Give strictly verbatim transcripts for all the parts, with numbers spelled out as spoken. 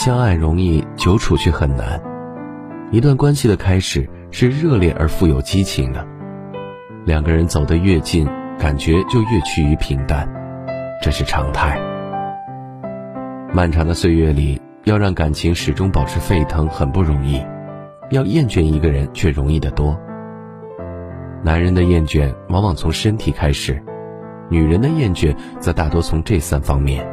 相爱容易，久处却很难。一段关系的开始是热烈而富有激情的，两个人走得越近，感觉就越趋于平淡，这是常态。漫长的岁月里，要让感情始终保持沸腾很不容易，要厌倦一个人却容易得多。男人的厌倦往往从身体开始，女人的厌倦则大多从这三方面。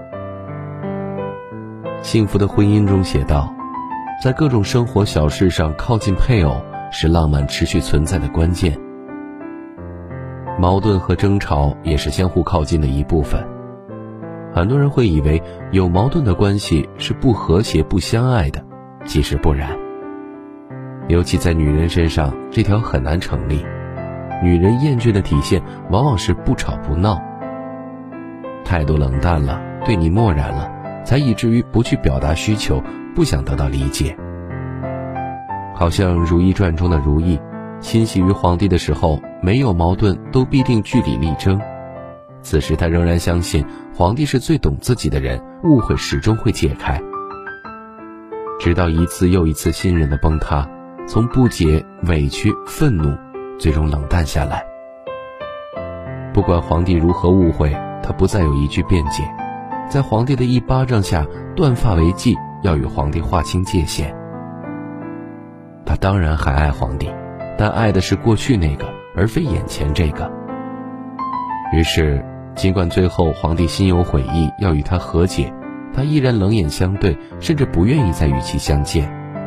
幸福的婚姻中写道，在各种生活小事上靠近配偶是浪漫持续存在的关键。矛盾和争吵也是相互靠近的一部分。很多人会以为有矛盾的关系是不和谐不相爱的，其实不然。尤其在女人身上，这条很难成立。女人厌倦的体现往往是不吵不闹，态度冷淡了，对你漠然了，才以至于不去表达需求，不想得到理解。好像《如懿传》中的如懿，欣喜于皇帝的时候，没有矛盾都必定据理力争。此时她仍然相信皇帝是最懂自己的人，误会始终会解开。直到一次又一次信任的崩塌，从不解、委屈、愤怒，最终冷淡下来。不管皇帝如何误会，他不再有一句辩解，在皇帝的一巴掌下断发为祭，要与皇帝划清界限。他当然还爱皇帝，但爱的是过去那个，而非眼前这个。于是尽管最后皇帝心有悔意，要与他和解，他依然冷眼相对，甚至不愿意再与其相见。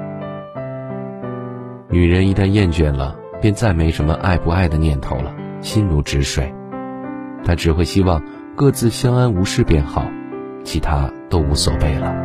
女人一旦厌倦了，便再没什么爱不爱的念头了，心如止水。她只会希望各自相安无事便好，其他都无所谓了。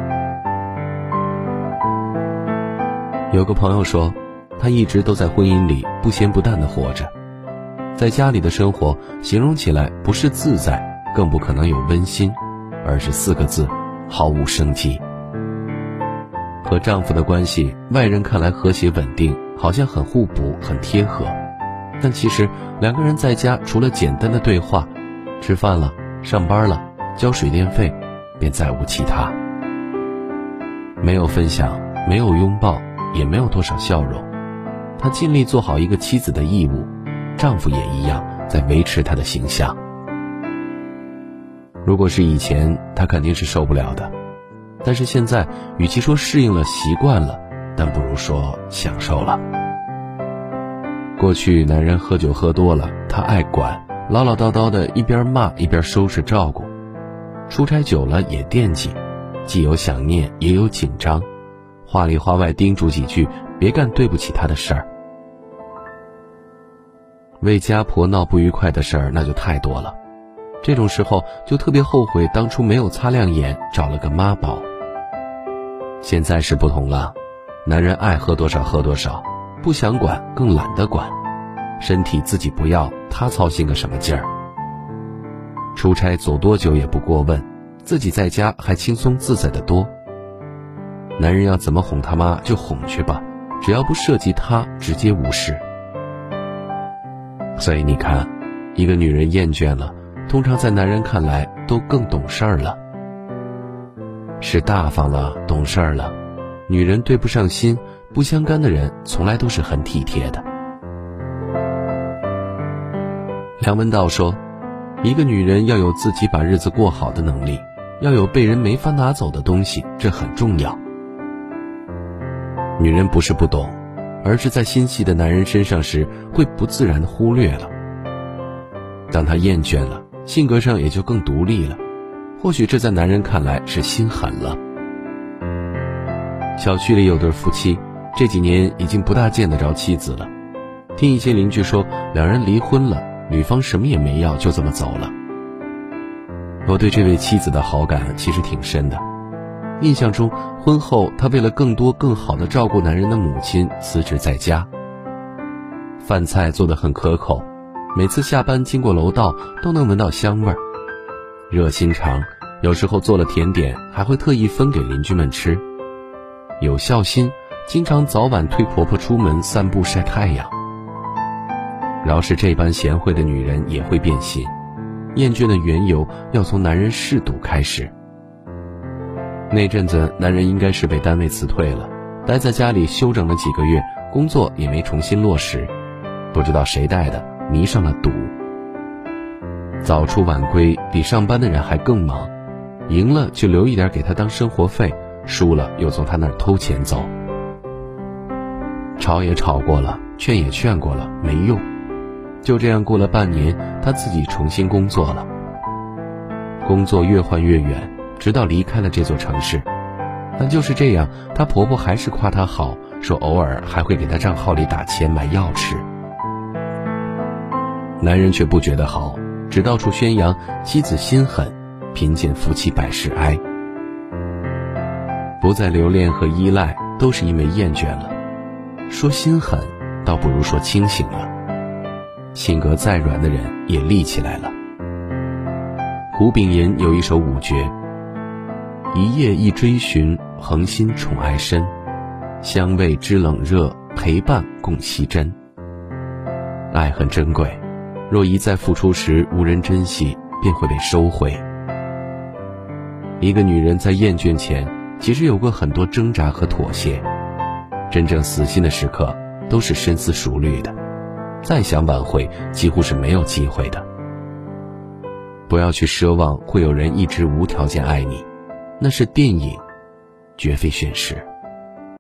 有个朋友说，他一直都在婚姻里不咸不淡地活着，在家里的生活形容起来不是自在，更不可能有温馨，而是四个字：毫无生机。和丈夫的关系，外人看来和谐稳定，好像很互补很贴合，但其实两个人在家除了简单的对话，吃饭了上班了交水电费，便再无其他。没有分享，没有拥抱，也没有多少笑容。她尽力做好一个妻子的义务，丈夫也一样在维持她的形象。如果是以前，她肯定是受不了的，但是现在与其说适应了习惯了，但不如说享受了。过去男人喝酒喝多了，她爱管，唠唠叨叨的，一边骂一边收拾照顾。出差久了也惦记，既有想念也有紧张，话里话外叮嘱几句，别干对不起他的事儿。为家婆闹不愉快的事儿那就太多了，这种时候就特别后悔当初没有擦亮眼找了个妈宝。现在是不同了，男人爱喝多少喝多少，不想管更懒得管，身体自己不要，他操心个什么劲儿。出差走多久也不过问，自己在家还轻松自在得多。男人要怎么哄他妈就哄去吧，只要不涉及他，直接无视。所以你看，一个女人厌倦了，通常在男人看来都更懂事儿了，是大方了，懂事儿了。女人对不上心，不相干的人从来都是很体贴的。梁文道说，一个女人要有自己把日子过好的能力，要有被人没法拿走的东西，这很重要。女人不是不懂，而是在心细的男人身上时会不自然地忽略了。当她厌倦了，性格上也就更独立了，或许这在男人看来是心狠了。小区里有对夫妻，这几年已经不大见得着妻子了。听一些邻居说，两人离婚了，女方什么也没要，就这么走了。我对这位妻子的好感其实挺深的。印象中，婚后她为了更多更好地照顾男人的母亲，辞职在家。饭菜做得很可口，每次下班经过楼道都能闻到香味儿。热心肠，有时候做了甜点还会特意分给邻居们吃。有孝心，经常早晚推婆婆出门散步晒太阳。饶是这般贤惠的女人也会变心，厌倦的缘由要从男人嗜赌开始。 那阵子男人应该是被单位辞退了，待在家里休整了几个月，工作也没重新落实，不知道谁带的迷上了赌。早出晚归比上班的人还更忙，赢了就留一点给他当生活费，输了又从他那儿偷钱走。吵也吵过了，劝也劝过了，没用。就这样过了半年，她自己重新工作了。工作越换越远，直到离开了这座城市。但就是这样，她婆婆还是夸她好，说偶尔还会给她账号里打钱买药吃。男人却不觉得好，只到处宣扬妻子心狠，贫贱夫妻百事哀。不再留恋和依赖，都是因为厌倦了。说心狠，倒不如说清醒了。性格再软的人也立起来了。胡炳寅有一首五绝：一夜一追寻，恒心宠爱深，相慰知冷热，陪伴共惜真。爱很珍贵，若一再付出时无人珍惜，便会被收回。一个女人在厌倦前，其实有过很多挣扎和妥协，真正死心的时刻都是深思熟虑的，再想挽回几乎是没有机会的。不要去奢望会有人一直无条件爱你，那是电影，绝非现实。